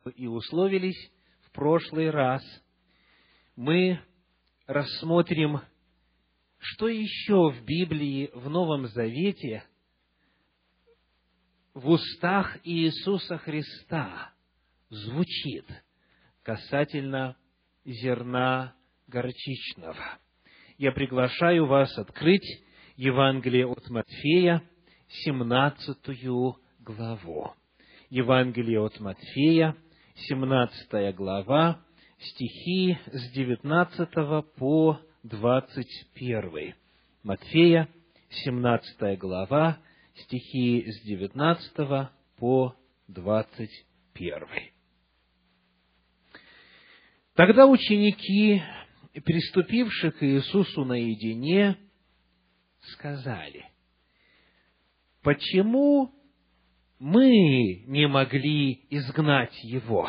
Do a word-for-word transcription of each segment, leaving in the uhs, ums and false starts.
и условились в прошлый раз, мы рассмотрим, что еще в Библии, в Новом Завете, в устах Иисуса Христа звучит касательно зерна горчичного. Я приглашаю вас открыть Евангелие от Матфея, семнадцатую главу. Евангелие от Матфея, семнадцатая глава, стихи с девятнадцатого по двадцать первый. Матфея, семнадцатая глава, стихи с девятнадцатого по двадцать первый. Тогда ученики, приступившие к Иисусу наедине, сказали: «Почему мы не могли изгнать его?»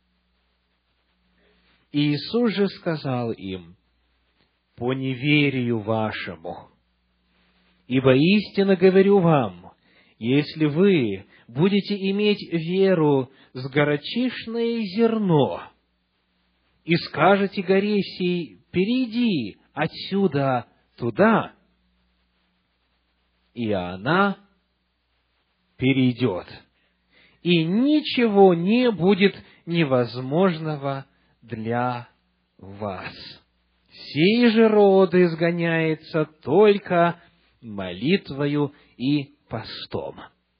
Иисус же сказал им: «По неверию вашему. Ибо истинно говорю вам, если вы будете иметь веру с горчичное зерно и скажете горе сей: перейди отсюда туда, и она перейдет, и ничего не будет невозможного для вас. Сей же род изгоняется только молитвою и постом».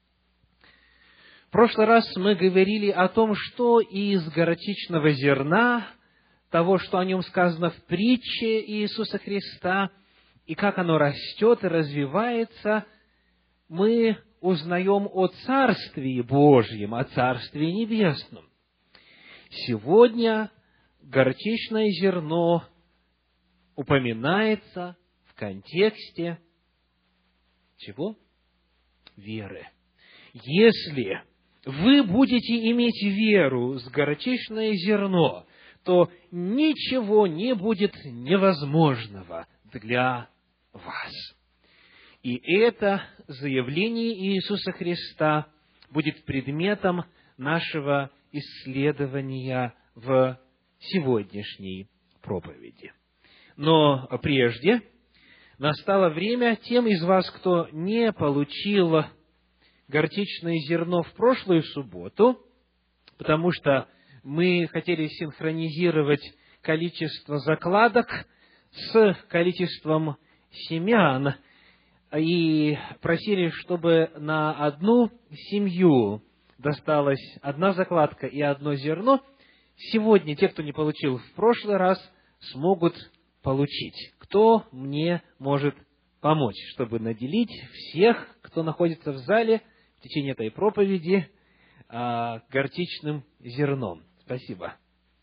В прошлый раз мы говорили о том, что из горчичного зерна, того, что о нем сказано в притче Иисуса Христа, и как оно растет и развивается, мы узнаем о Царствии Божьем, о Царствии Небесном. Сегодня горчичное зерно упоминается в контексте чего? Веры. Если вы будете иметь веру с горчичное зерно, то ничего не будет невозможного для вас. И это заявление Иисуса Христа будет предметом нашего исследования в сегодняшней проповеди. Но прежде настало время тем из вас, кто не получил горчичное зерно в прошлую субботу, потому что мы хотели синхронизировать количество закладок с количеством семян, и просили, чтобы на одну семью досталась одна закладка и одно зерно. Сегодня те, кто не получил в прошлый раз, смогут получить. Кто мне может помочь, чтобы наделить всех, кто находится в зале в течение этой проповеди, горчичным зерном? Спасибо.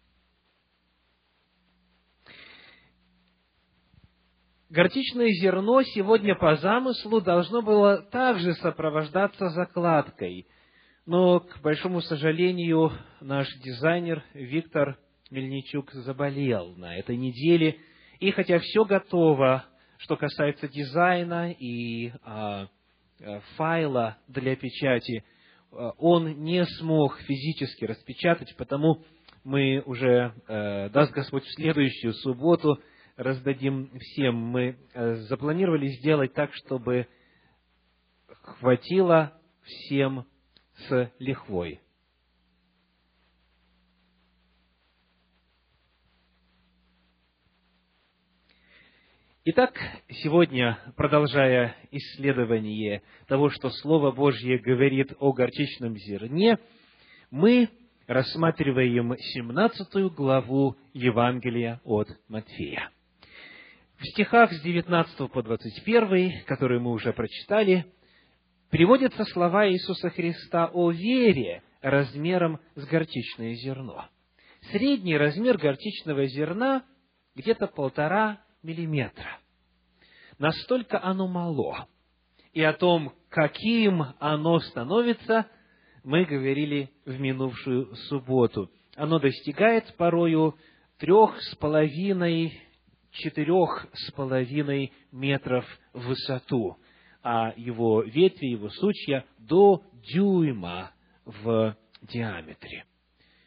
Горчичное зерно сегодня по замыслу должно было также сопровождаться закладкой. Но, к большому сожалению, наш дизайнер Виктор Мельничук заболел на этой неделе. И хотя все готово, что касается дизайна и а, файла для печати, он не смог физически распечатать, потому мы уже, э, даст Господь, в следующую субботу раздадим всем. Мы э, запланировали сделать так, чтобы хватило всем с лихвой. Итак, сегодня, продолжая исследование того, что Слово Божье говорит о горчичном зерне, мы рассматриваем семнадцатую главу Евангелия от Матфея. В стихах с девятнадцатого по двадцать первый, которые мы уже прочитали, приводятся слова Иисуса Христа о вере размером с горчичное зерно. Средний размер горчичного зерна где-то полтора миллиметра. Настолько оно мало. И о том, каким оно становится, мы говорили в минувшую субботу. Оно достигает порою трех с половиной, четырех с половиной метров в высоту, а его ветви, его сучья до дюйма в диаметре.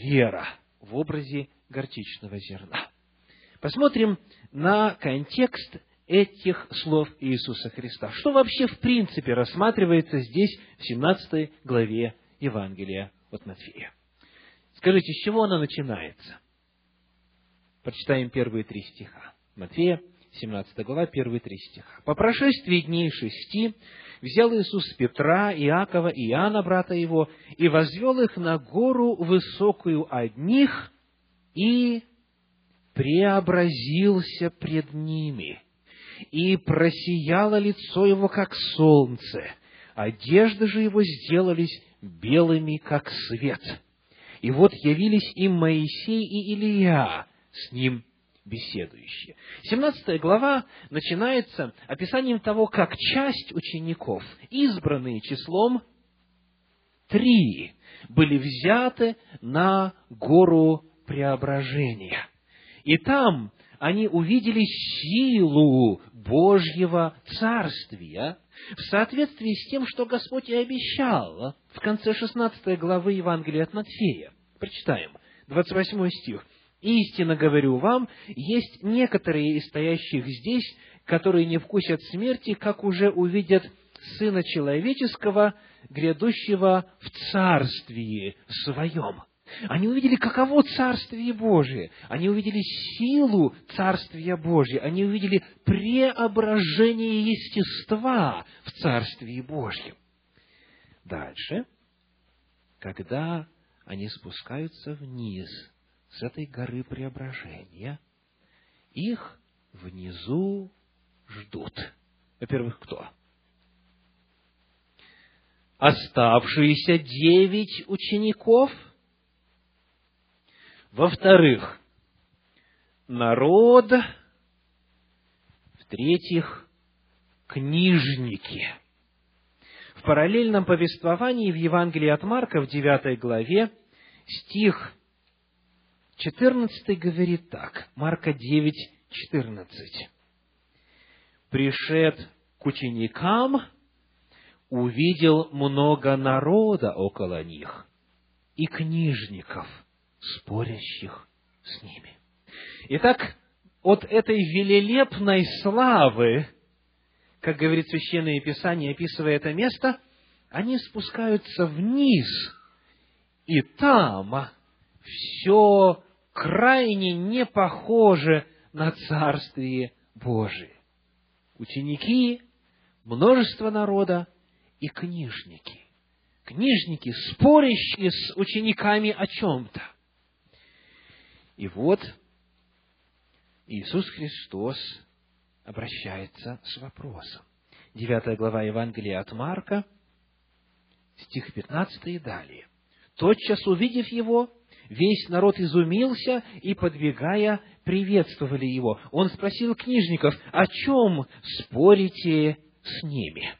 вера в образе горчичного зерна. Посмотрим на контекст этих слов Иисуса Христа. Что вообще в принципе рассматривается здесь, в семнадцатой главе Евангелия от Матфея? Скажите, с чего она начинается? Прочитаем первые три стиха. Матфея, семнадцатая глава, первые три стиха. «По прошествии дней шести взял Иисус Петра, Иакова и Иоанна, брата его, и возвел их на гору высокую одних, и преобразился пред ними, и просияло лицо его, как солнце, одежды же его сделались белыми, как свет. И вот явились им Моисей и Илия, с ним беседующие». семнадцатая глава начинается описанием того, как часть учеников, избранные числом три, были взяты на гору преображения. И там они увидели силу Божьего Царствия в соответствии с тем, что Господь и обещал в конце шестнадцатой главы Евангелия от Матфея. Прочитаем, двадцать восьмой стих. «Истинно говорю вам, есть некоторые из стоящих здесь, которые не вкусят смерти, как уже увидят Сына Человеческого, грядущего в Царствии Своем». Они увидели, каково Царствие Божие. Они увидели силу Царствия Божия. Они увидели преображение естества в Царствии Божьем. Дальше, когда они спускаются вниз с этой горы преображения, их внизу ждут. Во-первых, кто? Оставшиеся девять учеников. Во-вторых, народ. В-третьих, книжники. В параллельном повествовании в Евангелии от Марка, в девятой главе, стих четырнадцатый говорит так. Марка девять, четырнадцать. «Пришед к ученикам, увидел много народа около них и книжников, спорящих с ними». Итак, от этой велелепной славы, как говорит Священное Писание, описывая это место, они спускаются вниз, и там все крайне не похоже на Царствие Божие. Ученики, множество народа и книжники. Книжники, спорящие с учениками о чем-то. И вот Иисус Христос обращается с вопросом. Девятая глава Евангелия от Марка, стих пятнадцатый и далее. «Тотчас, увидев его, весь народ изумился и, подбегая, приветствовали его. Он спросил книжников, о чем спорите с ними?»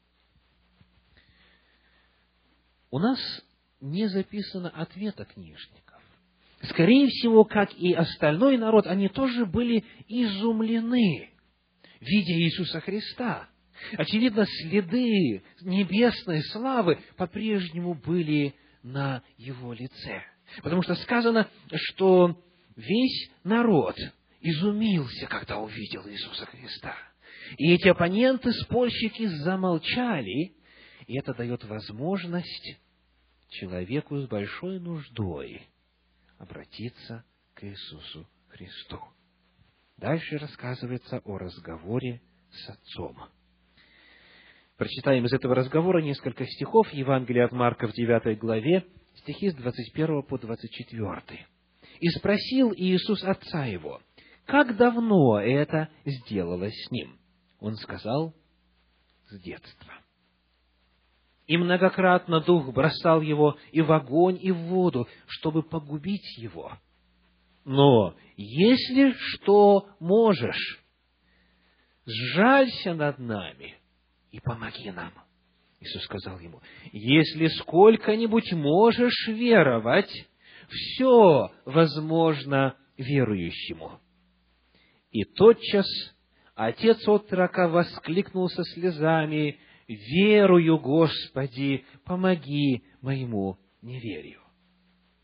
У нас не записано ответа книжников. Скорее всего, как и остальной народ, они тоже были изумлены, видя Иисуса Христа. Очевидно, следы небесной славы по-прежнему были на его лице. Потому что сказано, что весь народ изумился, когда увидел Иисуса Христа. И эти оппоненты, спорщики, замолчали, и это дает возможность человеку с большой нуждой обратиться к Иисусу Христу. Дальше рассказывается о разговоре с Отцом. Прочитаем из этого разговора несколько стихов Евангелия от Марка в девятой главе, стихи с двадцать первого по двадцать четвёртый. «И спросил Иисус Отца Его, как давно это сделалось с Ним? Он сказал, с детства. И многократно Дух бросал его и в огонь, и в воду, чтобы погубить его. Но если что можешь, сжалься над нами и помоги нам». Иисус сказал ему, если сколько-нибудь можешь веровать, все возможно верующему. И тотчас отец отрока воскликнул со слезами, верую, Господи, помоги моему неверию.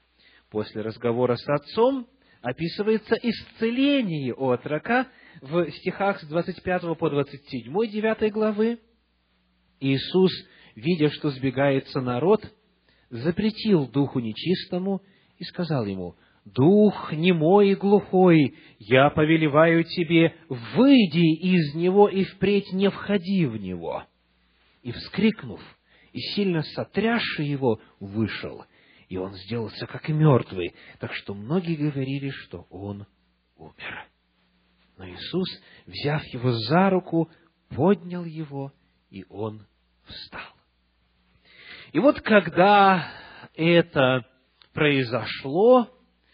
После разговора с отцом описывается исцеление отрока в стихах с двадцать пятого по двадцать седьмой, девятой главы. Иисус, видя, что сбегается народ, запретил духу нечистому и сказал ему: «Дух немой и глухой, я повелеваю тебе, выйди из него и впредь не входи в него». И, вскрикнув, и сильно сотрясши его, вышел, и он сделался как и мертвый, так что многие говорили, что он умер. Но Иисус, взяв его за руку, поднял его, и он встал. И вот когда это произошло,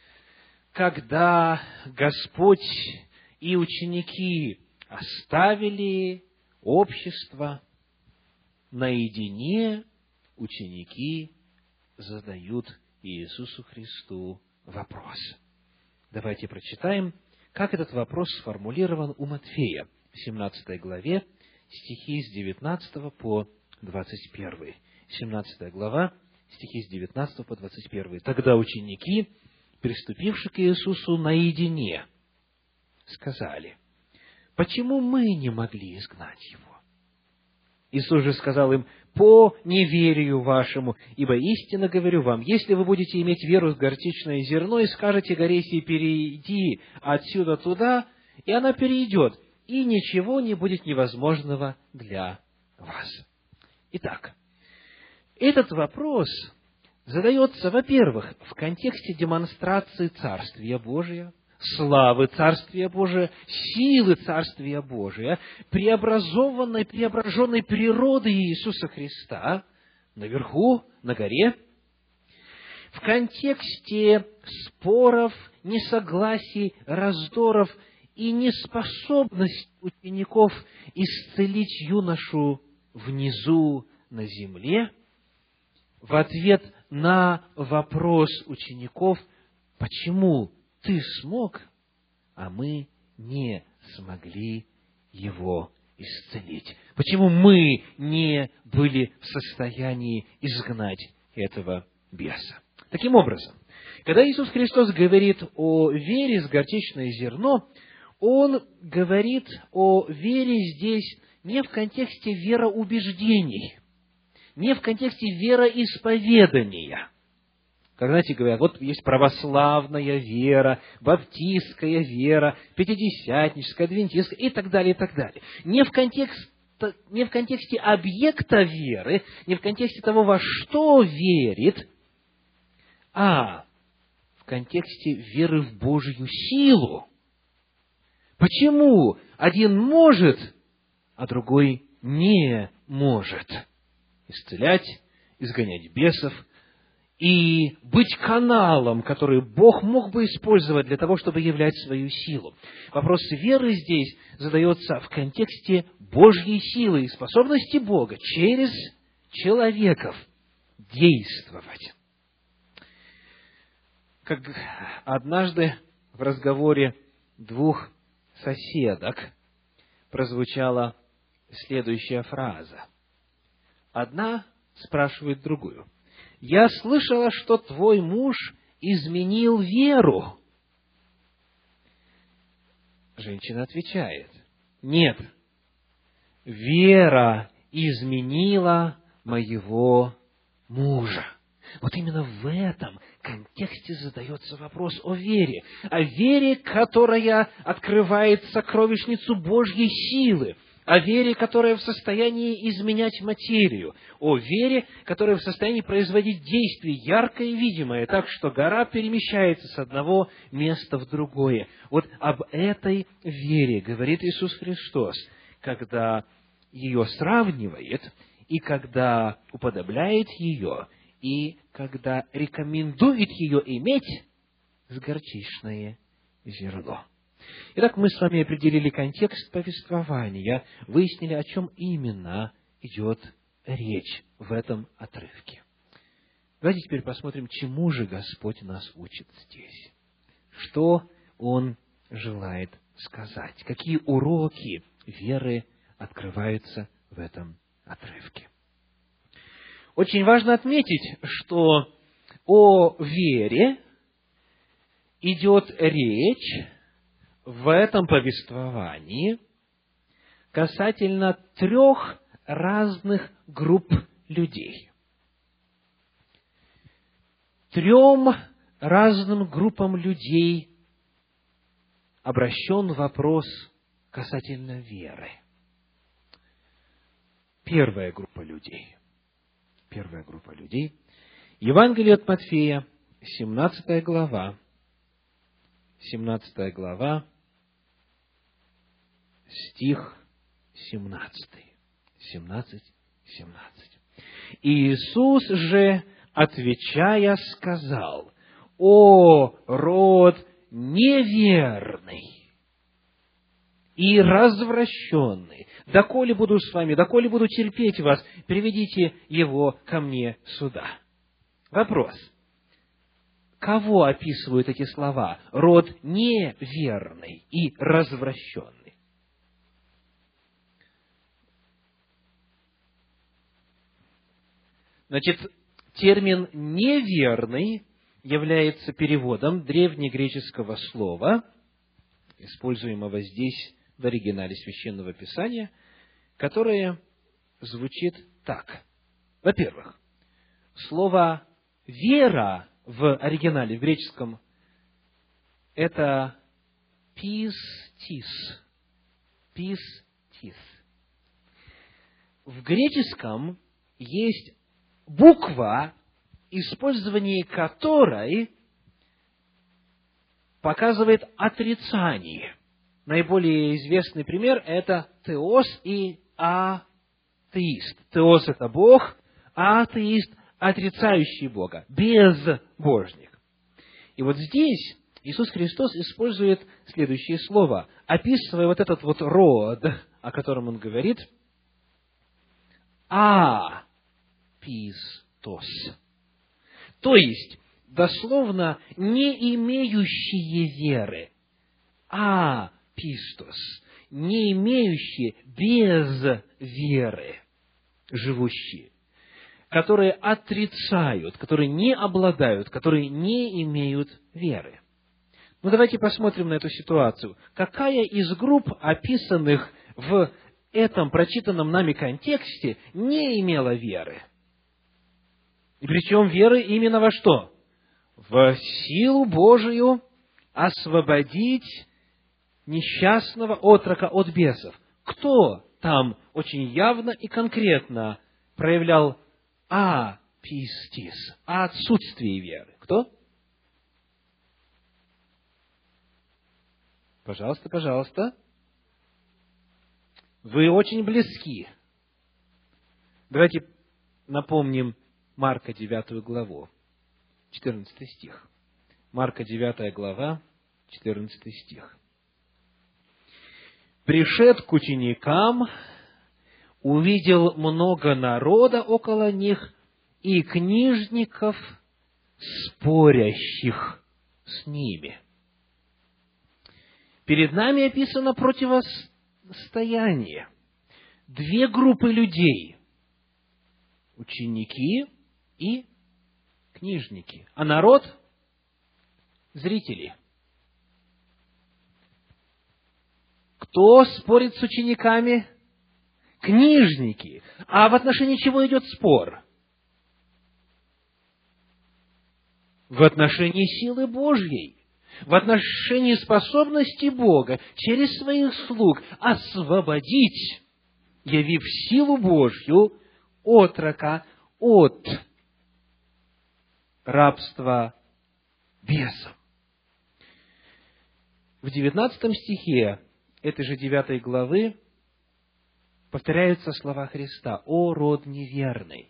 когда Господь и ученики оставили общество, наедине ученики задают Иисусу Христу вопрос. Давайте прочитаем, как этот вопрос сформулирован у Матфея в семнадцатой главе, стихи с девятнадцатого по двадцать первый. семнадцатая глава, стихи с девятнадцатого по двадцать первый. «Тогда ученики, приступивши к Иисусу наедине, сказали: почему мы не могли изгнать его? Иисус же сказал им: по неверию вашему, ибо истинно говорю вам, если вы будете иметь веру с горчичное зерно и скажете горе сей: перейди отсюда туда, и она перейдет, и ничего не будет невозможного для вас». Итак, этот вопрос задается, во-первых, в контексте демонстрации Царствия Божия, славы Царствия Божия, силы Царствия Божия, преобразованной, преображенной природы Иисуса Христа наверху, на горе, в контексте споров, несогласий, раздоров и неспособности учеников исцелить юношу внизу на земле, в ответ на вопрос учеников: почему ты смог, а мы не смогли его исцелить? Почему мы не были в состоянии изгнать этого беса? Таким образом, когда Иисус Христос говорит о вере с горчичное зерно, Он говорит о вере здесь не в контексте вероубеждений, не в контексте вероисповедания. Как, знаете, говорят, вот есть православная вера, баптистская вера, пятидесятническая, адвентистская и так далее, и так далее. Не в контексте, не в контексте объекта веры, не в контексте того, во что верит, а в контексте веры в Божью силу. Почему один может, а другой не может исцелять, изгонять бесов и быть каналом, который Бог мог бы использовать для того, чтобы являть свою силу? Вопрос веры здесь задается в контексте Божьей силы и способности Бога через человеков действовать. Как однажды в разговоре двух соседок прозвучала следующая фраза. Одна спрашивает другую: «Я слышала, что твой муж изменил веру». Женщина отвечает: «Нет, вера изменила моего мужа». Вот именно в этом контексте задается вопрос о вере. О вере, которая открывает сокровищницу Божьей силы. О вере, которая в состоянии изменять материю. О вере, которая в состоянии производить действие яркое и видимое, так что гора перемещается с одного места в другое. Вот об этой вере говорит Иисус Христос, когда ее сравнивает, и когда уподобляет ее, и когда рекомендует ее иметь с горчичное зерно. Итак, мы с вами определили контекст повествования, выяснили, о чем именно идет речь в этом отрывке. Давайте теперь посмотрим, чему же Господь нас учит здесь. Что Он желает сказать? Какие уроки веры открываются в этом отрывке? Очень важно отметить, что о вере идет речь в этом повествовании касательно трех разных групп людей. Трем разным группам людей обращен вопрос касательно веры. Первая группа людей. Первая группа людей. Евангелие от Матфея, семнадцатая глава. семнадцатая глава, стих семнадцатый. семнадцать, семнадцать. Иисус же, отвечая, сказал: «О, род неверный и развращенный, доколе буду с вами, доколе буду терпеть вас, приведите его ко мне сюда». Вопрос. Кого описывают эти слова? Род неверный и развращенный. Значит, термин «неверный» является переводом древнегреческого слова, используемого здесь в оригинале Священного Писания, которое звучит так. Во-первых, слово «вера» в оригинале, в греческом, это «пистис». «Пистис». В греческом есть буква, использование которой показывает отрицание. Наиболее известный пример – это теос и атеист. Теос – это Бог, а атеист – отрицающий Бога, безбожник. И вот здесь Иисус Христос использует следующее слово, описывая вот этот вот род, о котором Он говорит, «апистос». То есть, дословно, не имеющие веры, апистос, не имеющие без веры, живущие, которые отрицают, которые не обладают, которые не имеют веры. Ну, давайте посмотрим на эту ситуацию. Какая из групп, описанных в этом прочитанном нами контексте, не имела веры? И причем веры именно во что? В силу Божию освободить несчастного отрока от бесов. Кто там очень явно и конкретно проявлял апистис, отсутствие веры? Кто? Пожалуйста, пожалуйста. Вы очень близки. Давайте напомним Марка девятую главу, четырнадцатый стих. Марка девятая глава, четырнадцатый стих. «Пришед к ученикам, увидел много народа около них и книжников, спорящих с ними». Перед нами описано противостояние. Две группы людей. Ученики и книжники. А народ – зрители. Кто спорит с учениками? Книжники. А в отношении чего идет спор? В отношении силы Божьей. В отношении способности Бога через своих слуг освободить, явив силу Божью, отрока от рабства бесов. В девятнадцатом стихе этой же девятой главы повторяются слова Христа: «О, род неверный».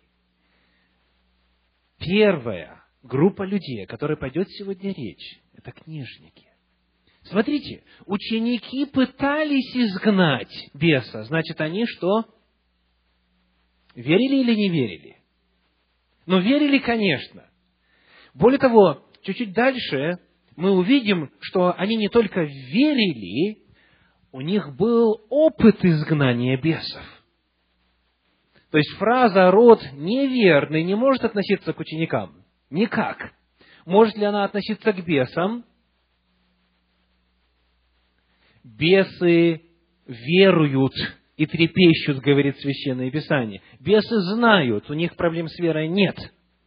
Первая группа людей, о которой пойдет сегодня речь, это книжники. Смотрите, ученики пытались изгнать беса. Значит, они что? Верили или не верили? Ну, верили, конечно. Более того, чуть-чуть дальше мы увидим, что они не только верили, у них был опыт изгнания бесов. То есть фраза «род неверный» не может относиться к ученикам. Никак. Может ли она относиться к бесам? Бесы веруют и трепещут, говорит Священное Писание. Бесы знают, у них проблем с верой нет.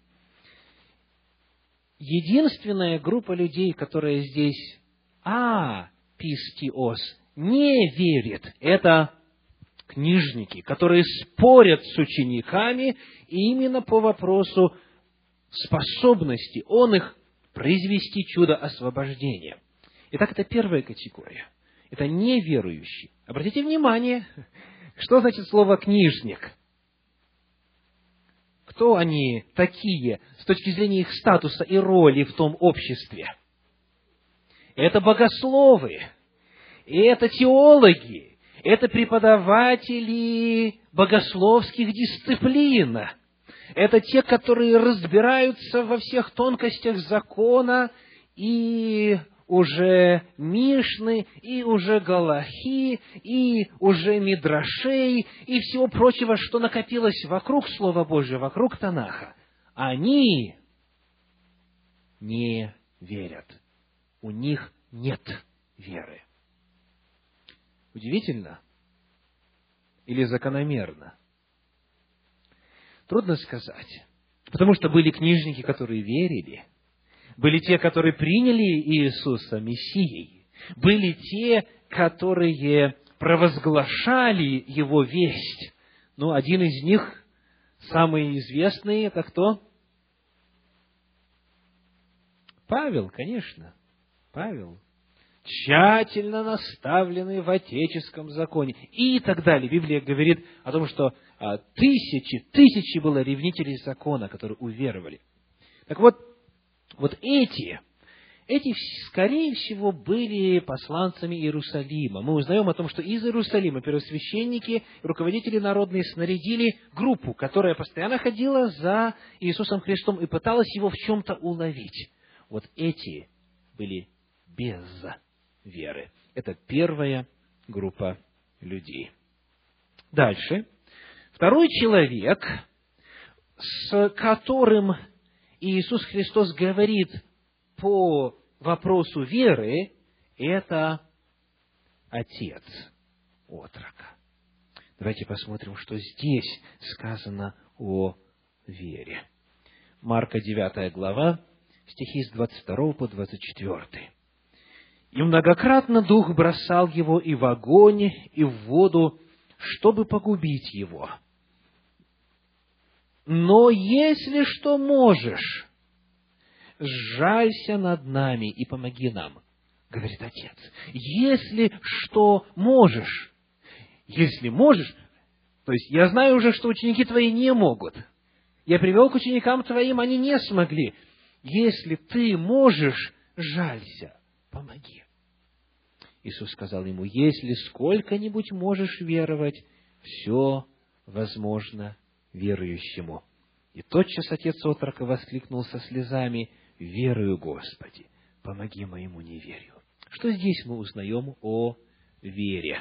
Единственная группа людей, которая здесь апистиос, не верит, это книжники, которые спорят с учениками именно по вопросу способности он их произвести чудо освобождения. Итак, это первая категория. Это неверующие. Обратите внимание, что значит слово «книжник». Кто они такие с точки зрения их статуса и роли в том обществе? Это богословы, это теологи, это преподаватели богословских дисциплин. Это те, которые разбираются во всех тонкостях закона и уже Мишны, и уже Галахи, и уже Мидрашей, и всего прочего, что накопилось вокруг Слова Божьего, вокруг Танаха. Они не верят. У них нет веры. Удивительно или закономерно? Трудно сказать. Потому что были книжники, которые верили. Были те, которые приняли Иисуса Мессией. Были те, которые провозглашали Его весть. Ну, один из них, самый известный, это кто? Павел, конечно. Павел. Тщательно наставленный в отеческом законе. И так далее. Библия говорит о том, что а, тысячи, тысячи было ревнителей закона, которые уверовали. Так вот, вот эти, эти, скорее всего, были посланцами Иерусалима. Мы узнаем о том, что из Иерусалима первосвященники, руководители народные снарядили группу, которая постоянно ходила за Иисусом Христом и пыталась его в чем-то уловить. Вот эти были без веры. Это первая группа людей. Дальше. Второй человек, с которым Иисус Христос говорит по вопросу веры, это отец отрока. Давайте посмотрим, что здесь сказано о вере. Марка девятая глава, стихи с двадцать второго по двадцать четвёртый. «И многократно дух бросал его и в огонь, и в воду, чтобы погубить его. Но если что можешь, сжалься над нами и помоги нам, говорит отец. Если что можешь, если можешь, то есть я знаю уже, что ученики твои не могут. Я привел к ученикам твоим, они не смогли. Если ты можешь, жалься, помоги. Иисус сказал ему: если сколько-нибудь можешь веровать, все возможно верующему. И тотчас отец отрока воскликнул со слезами: верую, Господи, помоги моему неверию. Что здесь мы узнаем о вере?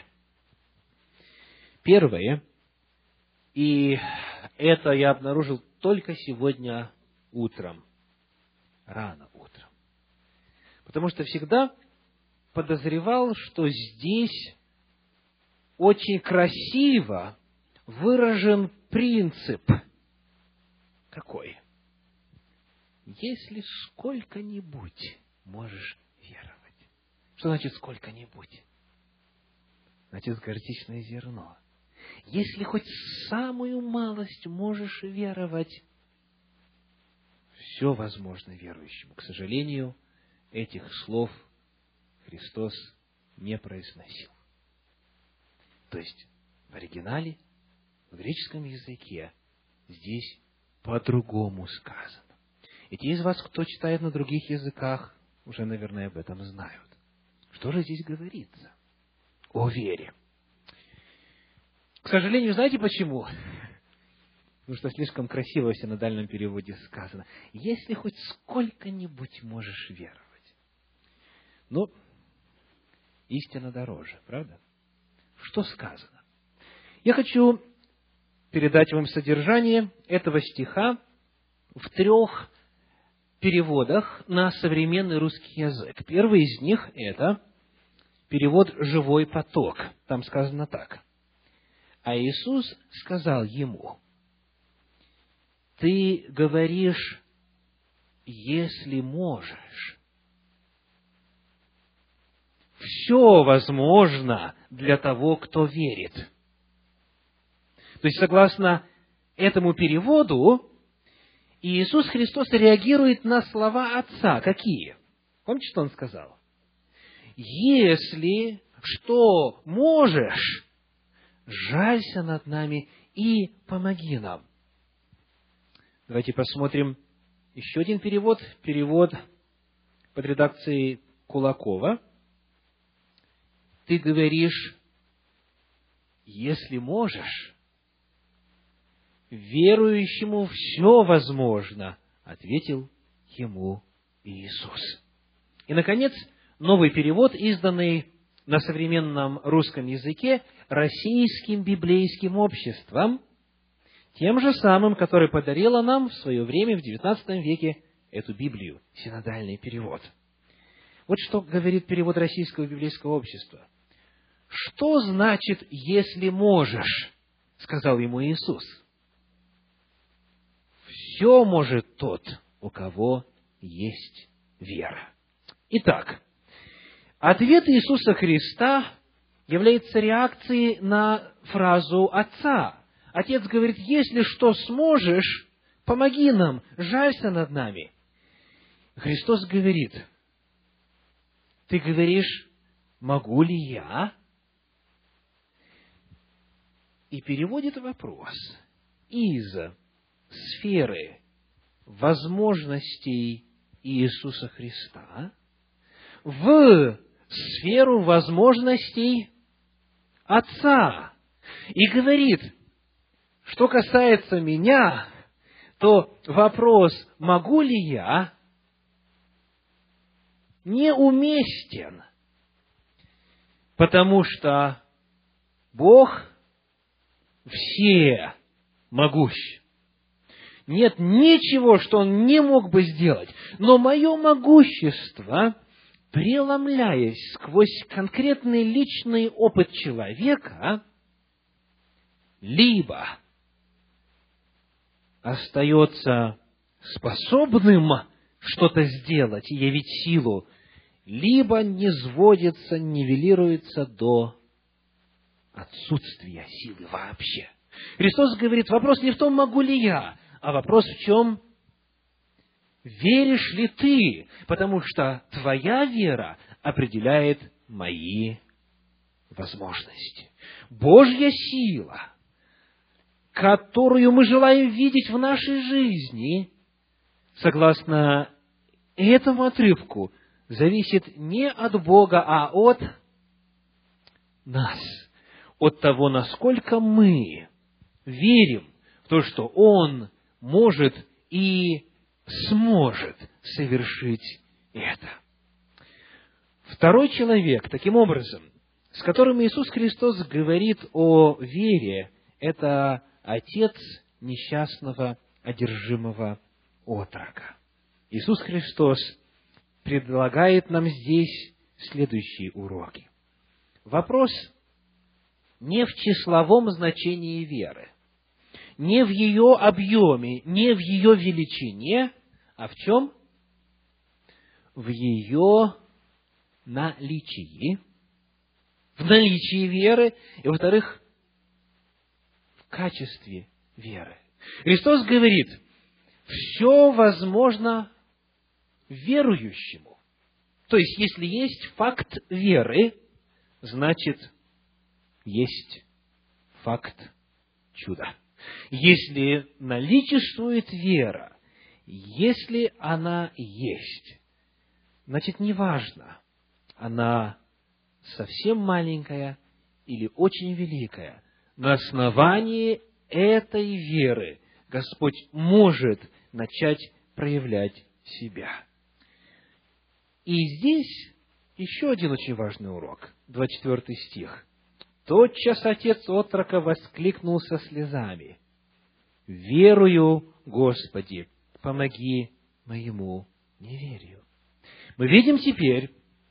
Первое, и это я обнаружил только сегодня утром, рано утром, потому что всегда подозревал, что здесь очень красиво выражен принцип. Какой? Если сколько-нибудь можешь веровать. Что значит сколько-нибудь? Значит, горчичное зерно. Если хоть самую малость можешь веровать, все возможно верующему. К сожалению, этих слов Христос не произносил. То есть, в оригинале, в греческом языке, здесь по-другому сказано. И те из вас, кто читает на других языках, уже, наверное, об этом знают. Что же здесь говорится? О вере. К сожалению, знаете почему? Потому что слишком красиво в синодальном переводе сказано. Если хоть сколько-нибудь можешь веровать. Ну, истина дороже, правда? Что сказано? Я хочу передать вам содержание этого стиха в трех переводах на современный русский язык. Первый из них – это перевод «живой поток». Там сказано так. А Иисус сказал ему: «Ты говоришь, если можешь». Все возможно для того, кто верит. То есть, согласно этому переводу, Иисус Христос реагирует на слова Отца. Какие? Помните, что Он сказал? «Если что можешь, жалься над нами и помоги нам». Давайте посмотрим еще один перевод. Перевод под редакцией Кулакова. «Ты говоришь, если можешь, верующему все возможно», ответил ему Иисус. И, наконец, новый перевод, изданный на современном русском языке Российским библейским обществом, тем же самым, который подарило нам в свое время, в девятнадцатом веке, эту Библию, синодальный перевод. Вот что говорит перевод Российского библейского общества. «Что значит, если можешь?» — сказал ему Иисус. «Все может тот, у кого есть вера». Итак, ответ Иисуса Христа является реакцией на фразу Отца. Отец говорит: «Если что сможешь, помоги нам, жалься над нами». Христос говорит: «Ты говоришь, могу ли я?» И переводит вопрос из сферы возможностей Иисуса Христа в сферу возможностей Отца. И говорит: что касается меня, то вопрос, могу ли я, неуместен, потому что Бог все могущ. Нет ничего, что Он не мог бы сделать. Но мое могущество, преломляясь сквозь конкретный личный опыт человека, либо остается способным что-то сделать и явить силу, либо низводится, нивелируется до отсутствия силы вообще. Христос говорит, вопрос не в том, могу ли я, а вопрос в чем? Веришь ли ты? Потому что твоя вера определяет мои возможности. Божья сила, которую мы желаем видеть в нашей жизни, согласно этому отрывку, зависит не от Бога, а от нас, от того, насколько мы верим в то, что Он может и сможет совершить это. Второй человек, таким образом, с которым Иисус Христос говорит о вере, это отец несчастного, одержимого отрока. Иисус Христос предлагает нам здесь следующие уроки. Вопрос не в числовом значении веры, не в ее объеме, не в ее величине, а в чем? В ее наличии. В наличии веры, и, во-вторых, в качестве веры. Христос говорит, все возможно верующему. То есть, если есть факт веры, значит, есть факт чуда. Если наличествует вера, если она есть, значит, неважно, она совсем маленькая или очень великая, на основании этой веры Господь может начать проявлять себя. И здесь еще один очень важный урок, двадцать четвёртый стих. «Тотчас отец отрока воскликнул со слезами: „Верую, Господи, помоги моему неверию“». Мы видим теперь в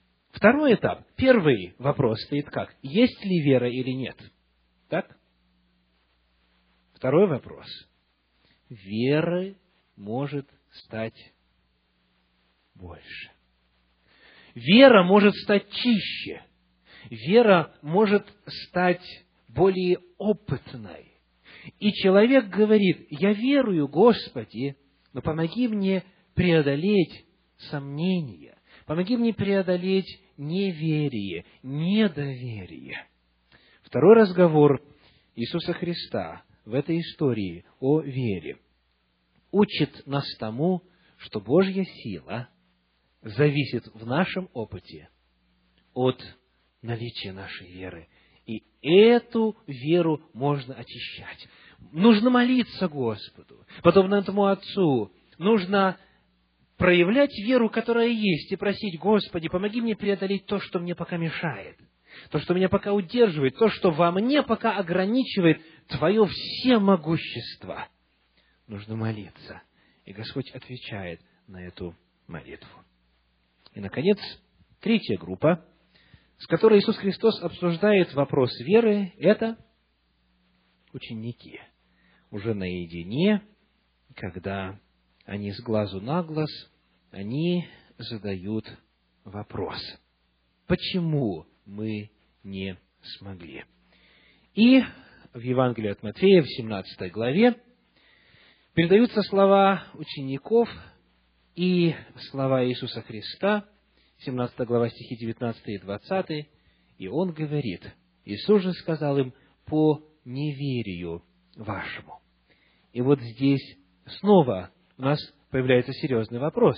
второй этап. Первый вопрос стоит как? Есть ли вера или нет? Так? Второй вопрос. Веры может стать больше. Вера может стать чище. Вера может стать более опытной. И человек говорит: я верую, Господи, но помоги мне преодолеть сомнения, помоги мне преодолеть неверие, недоверие. Второй разговор Иисуса Христа в этой истории о вере учит нас тому, что Божья сила зависит в нашем опыте от наличия нашей веры. И эту веру можно очищать. Нужно молиться Господу, подобно этому Отцу. Нужно проявлять веру, которая есть, и просить: Господи, помоги мне преодолеть то, что мне пока мешает, то, что меня пока удерживает, то, что во мне пока ограничивает Твое всемогущество. Нужно молиться. И Господь отвечает на эту молитву. И, наконец, третья группа, с которой Иисус Христос обсуждает вопрос веры, это ученики. Уже наедине, когда они с глазу на глаз, они задают вопрос: почему мы не смогли? И в Евангелии от Матфея, в семнадцатой главе, передаются слова учеников и слова Иисуса Христа, семнадцатая глава, стихи девятнадцатый и двадцатый, и Он говорит: Иисус же сказал им: по неверию вашему. И вот здесь снова у нас появляется серьезный вопрос.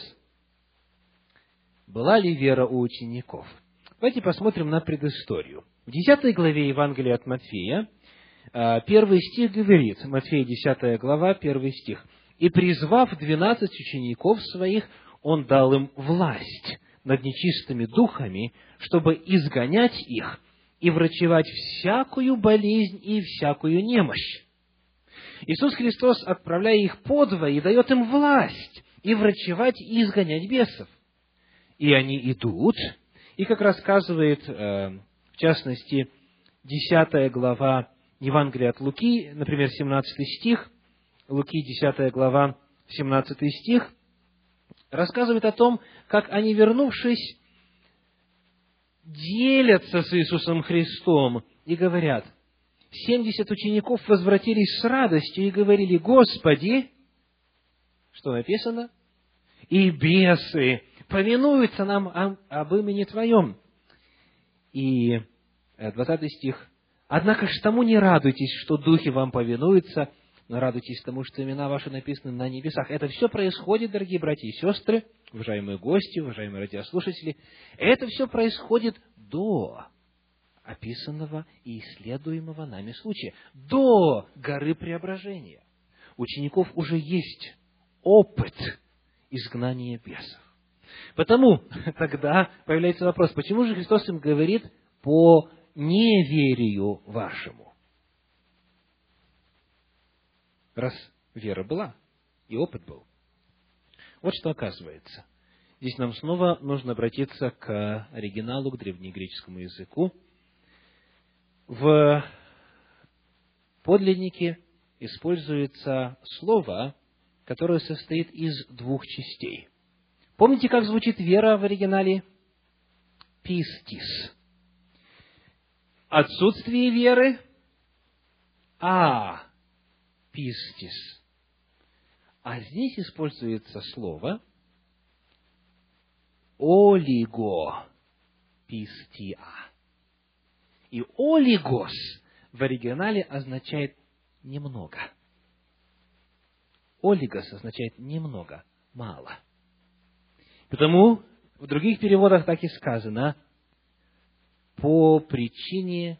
Была ли вера у учеников? Давайте посмотрим на предысторию. В десятой главе Евангелия от Матфея, первый стих говорит, Матфея десятая глава, первый стих: «И, призвав двенадцать учеников своих, Он дал им власть над нечистыми духами, чтобы изгонять их и врачевать всякую болезнь и всякую немощь». Иисус Христос, отправляя их подвое, дает им власть и врачевать, и изгонять бесов. И они идут, и, как рассказывает, в частности, десятая глава Евангелия от Луки, например, семнадцатый стих, Луки, десятая глава, семнадцатый стих, рассказывает о том, как они, вернувшись, делятся с Иисусом Христом и говорят: семьдесят учеников возвратились с радостью и говорили: Господи, что написано? И бесы повинуются нам об имени Твоем. И двадцатый стих: однако ж тому не радуйтесь, что духи вам повинуются, но радуйтесь тому, что имена ваши написаны на небесах. Это все происходит, дорогие братья и сестры, уважаемые гости, уважаемые радиослушатели, это все происходит до описанного и исследуемого нами случая, до горы преображения. У учеников уже есть опыт изгнания бесов. Потому тогда появляется вопрос: почему же Христос им говорит: по неверию вашему? Раз вера была и опыт был. Вот что оказывается. Здесь нам снова нужно обратиться к оригиналу, к древнегреческому языку. В подлиннике используется слово, которое состоит из двух частей. Помните, как звучит вера в оригинале? Пистис. Отсутствие веры – а пистис. А здесь используется слово олигопистия. И олигос в оригинале означает немного. Олигос означает немного, мало. Потому в других переводах так и сказано: по причине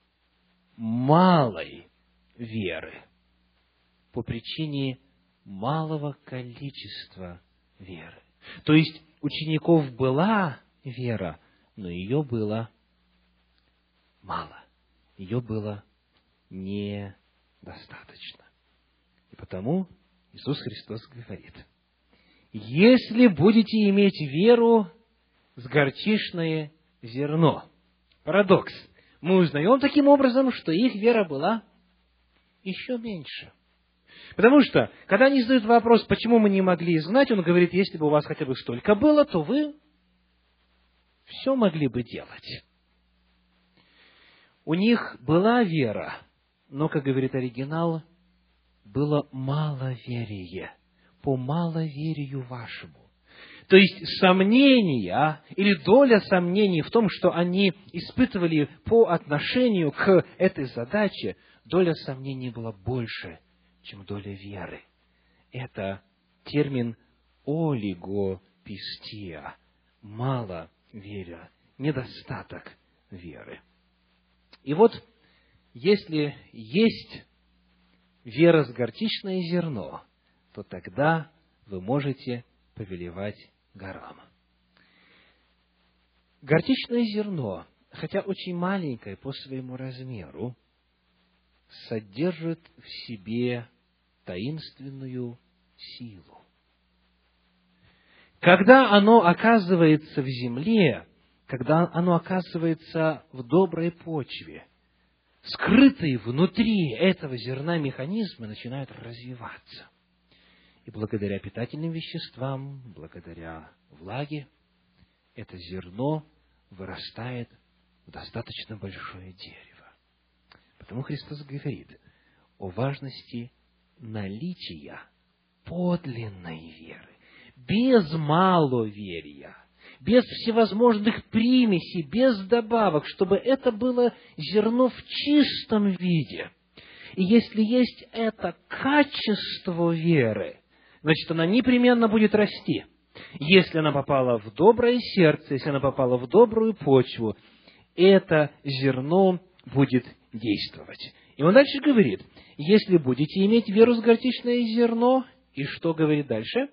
малой веры, по причине малого количества веры. То есть учеников была вера, но ее было мало, ее было недостаточно. И потому Иисус Христос говорит: если будете иметь веру с горчишное зерно. Парадокс. Мы узнаем таким образом, что их вера была еще меньше. Потому что, когда они задают вопрос, почему мы не могли изгнать, он говорит, если бы у вас хотя бы столько было, то вы все могли бы делать. У них была вера, но, как говорит оригинал, было маловерие, по маловерию вашему. То есть сомнения или доля сомнений в том, что они испытывали по отношению к этой задаче, доля сомнений была больше, чем доля веры. Это термин олигопистия, мало веря, недостаток веры. И вот, если есть вера с горчичное зерно, то тогда вы можете повелевать горам. Горчичное зерно, хотя очень маленькое по своему размеру, содержит в себе таинственную силу. Когда оно оказывается в земле, когда оно оказывается в доброй почве, скрытые внутри этого зерна механизмы начинают развиваться. И благодаря питательным веществам, благодаря влаге, это зерно вырастает в достаточно большое дерево. Потому Христос говорит о важности наличия подлинной веры, без маловерия, без всевозможных примесей, без добавок, чтобы это было зерно в чистом виде. И если есть это качество веры, значит, она непременно будет расти. Если она попала в доброе сердце, если она попала в добрую почву, это зерно будет действовать. И он дальше говорит, если будете иметь веру с горчичное зерно, и что говорит дальше?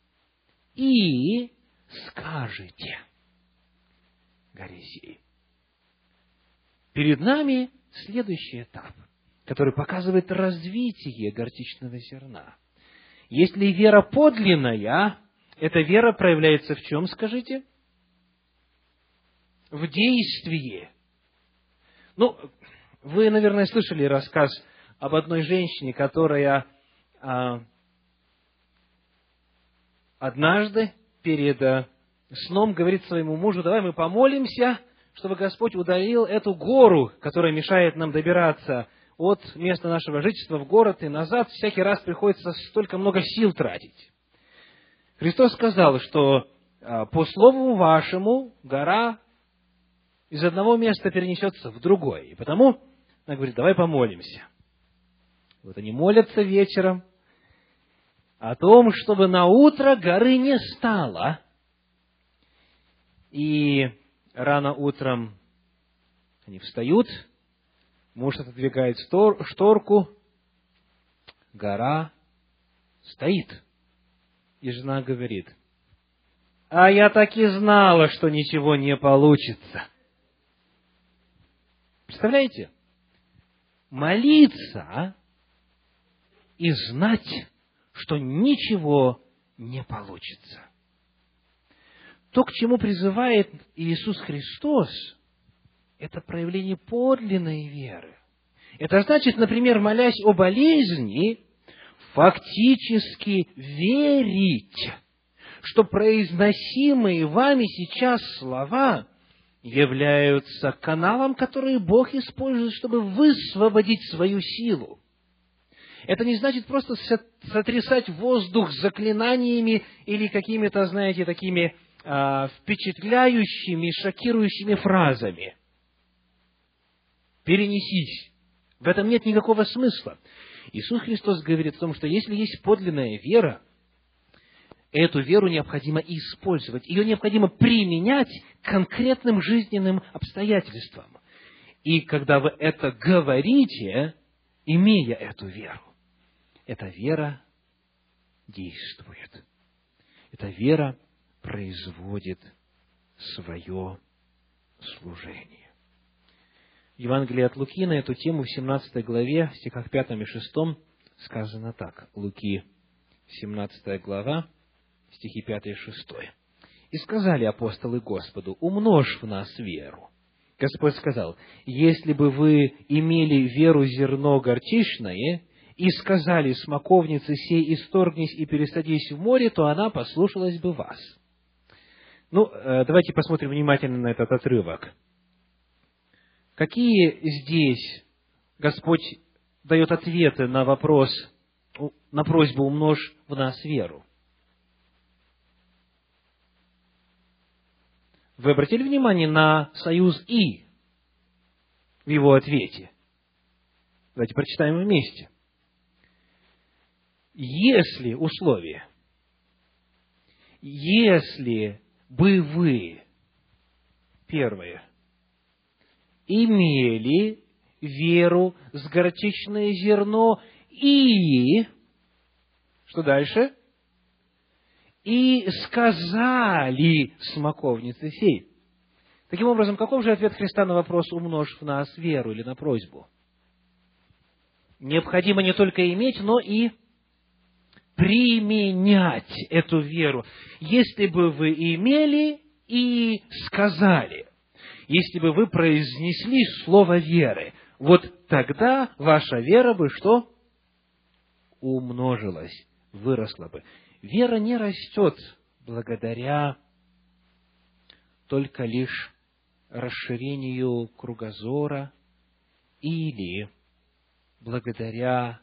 И скажете горе сей. Перед нами следующий этап, который показывает развитие горчичного зерна. Если вера подлинная, эта вера проявляется в чем, скажите? В действии. Ну, вы, наверное, слышали рассказ об одной женщине, которая а, однажды перед а, сном говорит своему мужу, давай мы помолимся, чтобы Господь удалил эту гору, которая мешает нам добираться от места нашего жительства в город и назад. Всякий раз приходится столько много сил тратить. Христос сказал, что а, по слову вашему гора из одного места перенесется в другое. И потому она говорит, давай помолимся. Вот они молятся вечером о том, чтобы на утро горы не стало. И рано утром они встают, муж отодвигает шторку, гора стоит. И жена говорит, а я так и знала, что ничего не получится. Представляете? Молиться и знать, что ничего не получится. То, к чему призывает Иисус Христос, это проявление подлинной веры. Это значит, например, молясь о болезни, фактически верить, что произносимые вами сейчас слова являются каналом, который Бог использует, чтобы высвободить свою силу. Это не значит просто сотрясать воздух заклинаниями или какими-то, знаете, такими а, впечатляющими, шокирующими фразами. Перенесись. В этом нет никакого смысла. Иисус Христос говорит о том, что если есть подлинная вера, эту веру необходимо использовать, ее необходимо применять к конкретным жизненным обстоятельствам. И когда вы это говорите, имея эту веру, эта вера действует. Эта вера производит свое служение. В Евангелии от Луки на эту тему в семнадцатой главе, в стихах пятом и шестом сказано так. Луки, семнадцатая глава, стихи пятый и шестой. И сказали апостолы Господу: умножь в нас веру. Господь сказал: если бы вы имели веру зерно горчичное, и сказали смоковнице сей: исторгнись и пересадись в море, то она послушалась бы вас. Ну, давайте посмотрим внимательно на этот отрывок. Какие здесь Господь дает ответы на вопрос, на просьбу «умножь в нас веру»? Вы обратили внимание на союз «и» в его ответе? Давайте прочитаем вместе. Если, условие, если бы вы, первое, имели веру с горчичное зерно и, что дальше? И сказали смоковнице сей. Таким образом, каков же ответ Христа на вопрос «умножь в нас веру» или на просьбу? Необходимо не только иметь, но и применять эту веру. Если бы вы имели и сказали, если бы вы произнесли слово веры, вот тогда ваша вера бы что? Умножилась, выросла бы. Вера не растет благодаря только лишь расширению кругозора или благодаря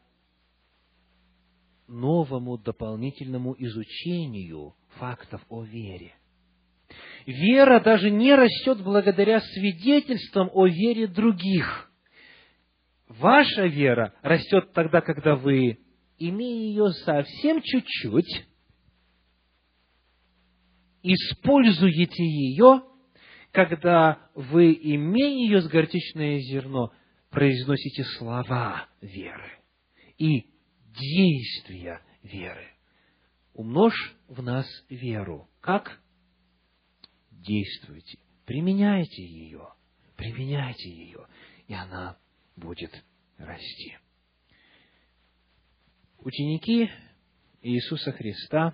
новому дополнительному изучению фактов о вере. Вера даже не растет благодаря свидетельствам о вере других. Ваша вера растет тогда, когда вы, имея ее совсем чуть-чуть, используете ее, когда вы, имея ее с горчичное зерно, произносите слова веры и действия веры. Умножь в нас веру. Как? Действуйте, применяйте ее, применяйте ее, и она будет расти. Ученики Иисуса Христа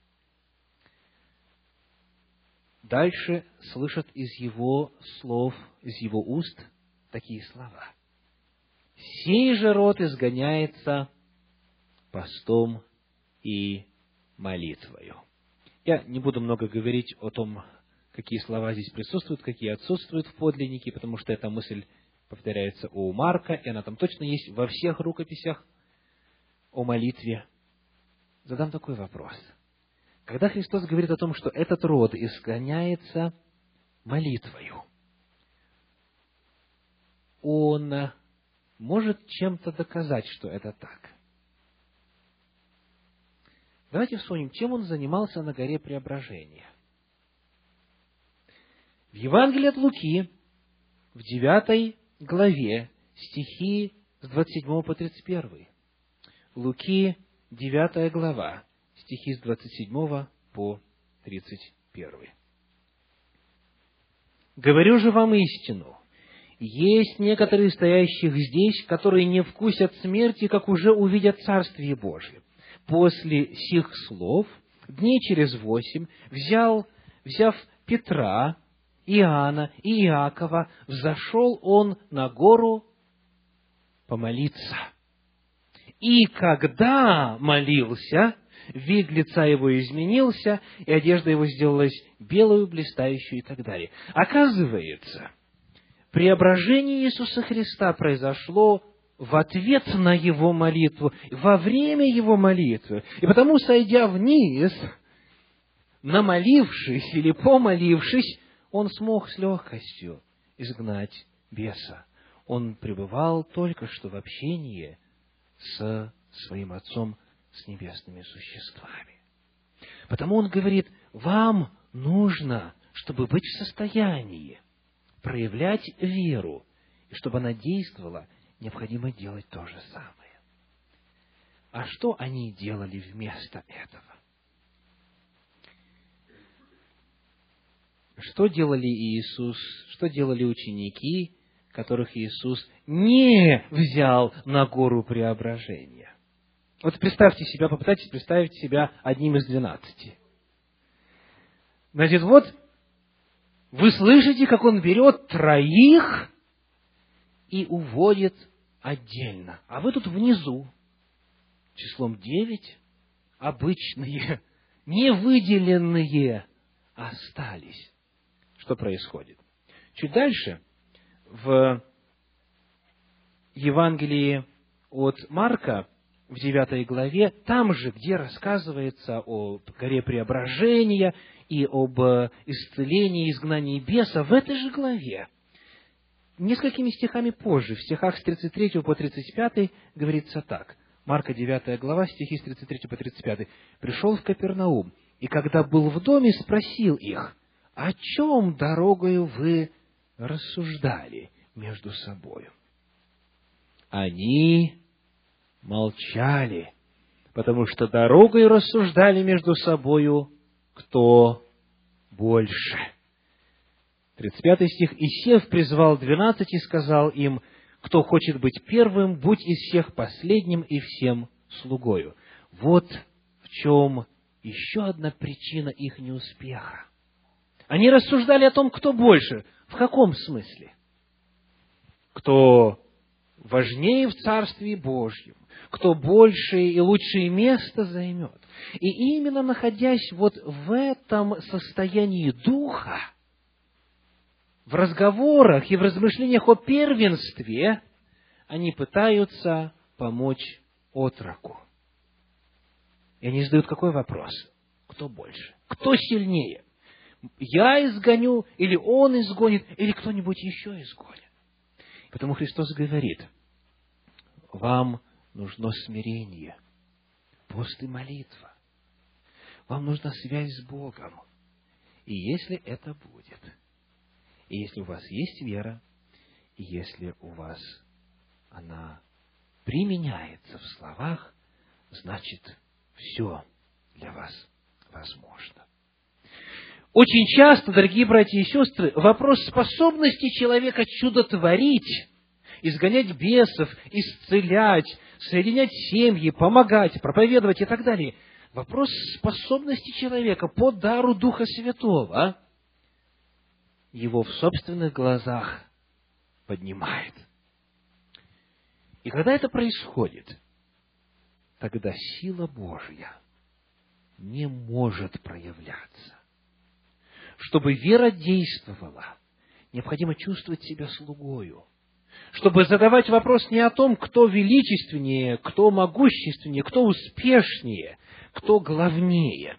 дальше слышат из Его слов, из Его уст такие слова. «Сей же род изгоняется постом и молитвою». Я не буду много говорить о том, какие слова здесь присутствуют, какие отсутствуют в подлиннике, потому что эта мысль повторяется у Марка, и она там точно есть во всех рукописях о молитве. Задам такой вопрос. Когда Христос говорит о том, что этот род изгоняется молитвою, Он может чем-то доказать, что это так? Давайте вспомним, чем Он занимался на горе Преображения. В Евангелии от Луки, в девятой главе, стихи с двадцать седьмого по тридцать первый. Луки, девятая глава, стихи с двадцать седьмого по тридцать первый. «Говорю же вам истину, есть некоторые стоящих здесь, которые не вкусят смерти, как уже увидят Царствие Божие. После сих слов, дней через восемь, взял, взяв Петра, Иоанна и Иакова, взошел он на гору помолиться. И когда молился, вид лица его изменился, и одежда его сделалась белую, блистающую и так далее». Оказывается, преображение Иисуса Христа произошло в ответ на Его молитву, во время Его молитвы. И потому, сойдя вниз, намолившись или помолившись, Он смог с легкостью изгнать беса. Он пребывал только что в общении с Своим Отцом, с небесными существами. Потому Он говорит, вам нужно, чтобы быть в состоянии проявлять веру, и чтобы она действовала, необходимо делать то же самое. А что они делали вместо этого? Что делали Иисус, что делали ученики, которых Иисус не взял на гору Преображения? Вот представьте себя, попытайтесь представить себя одним из двенадцати. Значит, вот вы слышите, как он берет троих и уводит отдельно. А вы тут внизу, числом девять, обычные, не выделенные, остались. Что происходит? Чуть дальше, в Евангелии от Марка, в девятой главе, там же, где рассказывается о горе Преображения и об исцелении, изгнании беса, в этой же главе, несколькими стихами позже, в стихах с тридцать третьего по тридцать пятый, говорится так. Марка девятая глава, стихи с тридцать третьего по тридцать пятый. «Пришел в Капернаум, и когда был в доме, спросил их: о чем дорогою вы рассуждали между собою? Они молчали, потому что дорогой рассуждали между собою, кто больше». тридцать пятый стих. «И сев, призвал двенадцать и сказал им: кто хочет быть первым, будь из всех последним и всем слугою». Вот в чем еще одна причина их неуспеха. Они рассуждали о том, кто больше. В каком смысле? Кто важнее в Царстве Божьем, кто большее и лучшее место займет. И именно находясь вот в этом состоянии духа, в разговорах и в размышлениях о первенстве, они пытаются помочь отроку. И они задают какой вопрос? Кто больше? Кто сильнее? Я изгоню, или он изгонит, или кто-нибудь еще изгонит? Потому Христос говорит: вам нужно смирение, пост и молитва. Вам нужна связь с Богом. И если это будет, и если у вас есть вера, и если у вас она применяется в словах, значит, все для вас возможно. Очень часто, дорогие братья и сестры, вопрос способности человека чудотворить, изгонять бесов, исцелять, соединять семьи, помогать, проповедовать и так далее, вопрос способности человека по дару Духа Святого его в собственных глазах поднимает. И когда это происходит, тогда сила Божья не может проявляться. Чтобы вера действовала, необходимо чувствовать себя слугою. Чтобы задавать вопрос не о том, кто величественнее, кто могущественнее, кто успешнее, кто главнее,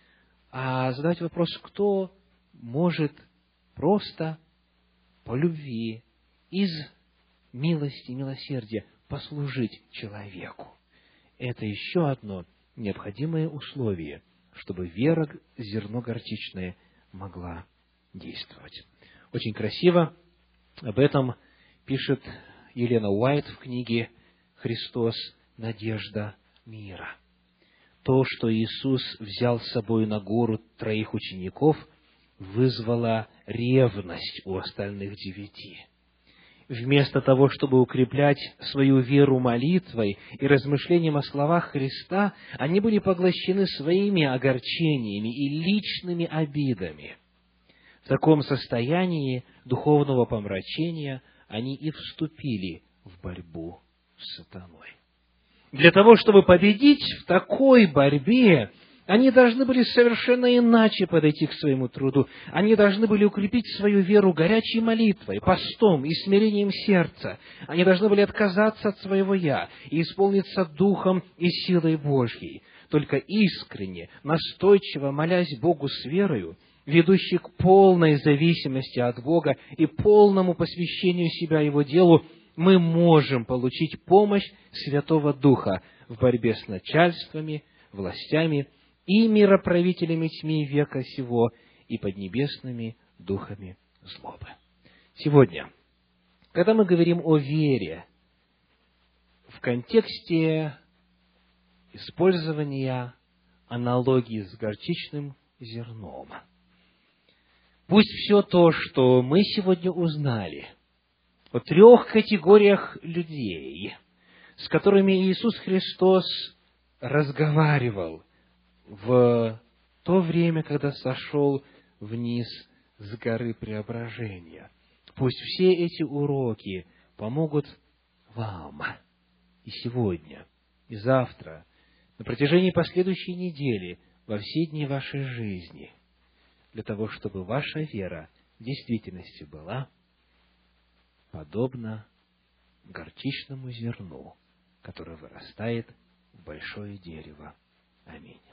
а задавать вопрос, кто может просто по любви, из милости, милосердия послужить человеку. Это еще одно необходимое условие, чтобы вера, зерно горчичное, могла действовать. Очень красиво об этом пишет Елена Уайт в книге «Христос. Надежда мира». То, что Иисус взял с собой на гору троих учеников, вызвало ревность у остальных девяти. Вместо того, чтобы укреплять свою веру молитвой и размышлением о словах Христа, они были поглощены своими огорчениями и личными обидами. В таком состоянии духовного помрачения они и вступили в борьбу с сатаной. Для того, чтобы победить в такой борьбе, они должны были совершенно иначе подойти к своему труду. Они должны были укрепить свою веру горячей молитвой, постом и смирением сердца. Они должны были отказаться от своего «я» и исполниться духом и силой Божьей. Только искренне, настойчиво молясь Богу с верою, ведущей к полной зависимости от Бога и полному посвящению себя Его делу, мы можем получить помощь Святого Духа в борьбе с начальствами, властями и мироправителями тьмы века сего и поднебесными духами злобы. Сегодня, когда мы говорим о вере в контексте использования аналогии с горчичным зерном, пусть все то, что мы сегодня узнали о трех категориях людей, с которыми Иисус Христос разговаривал в то время, когда сошел вниз с горы преображения. Пусть все эти уроки помогут вам и сегодня, и завтра, на протяжении последующей недели, во все дни вашей жизни, для того, чтобы ваша вера в действительности была подобна горчичному зерну, которое вырастает в большое дерево. Аминь.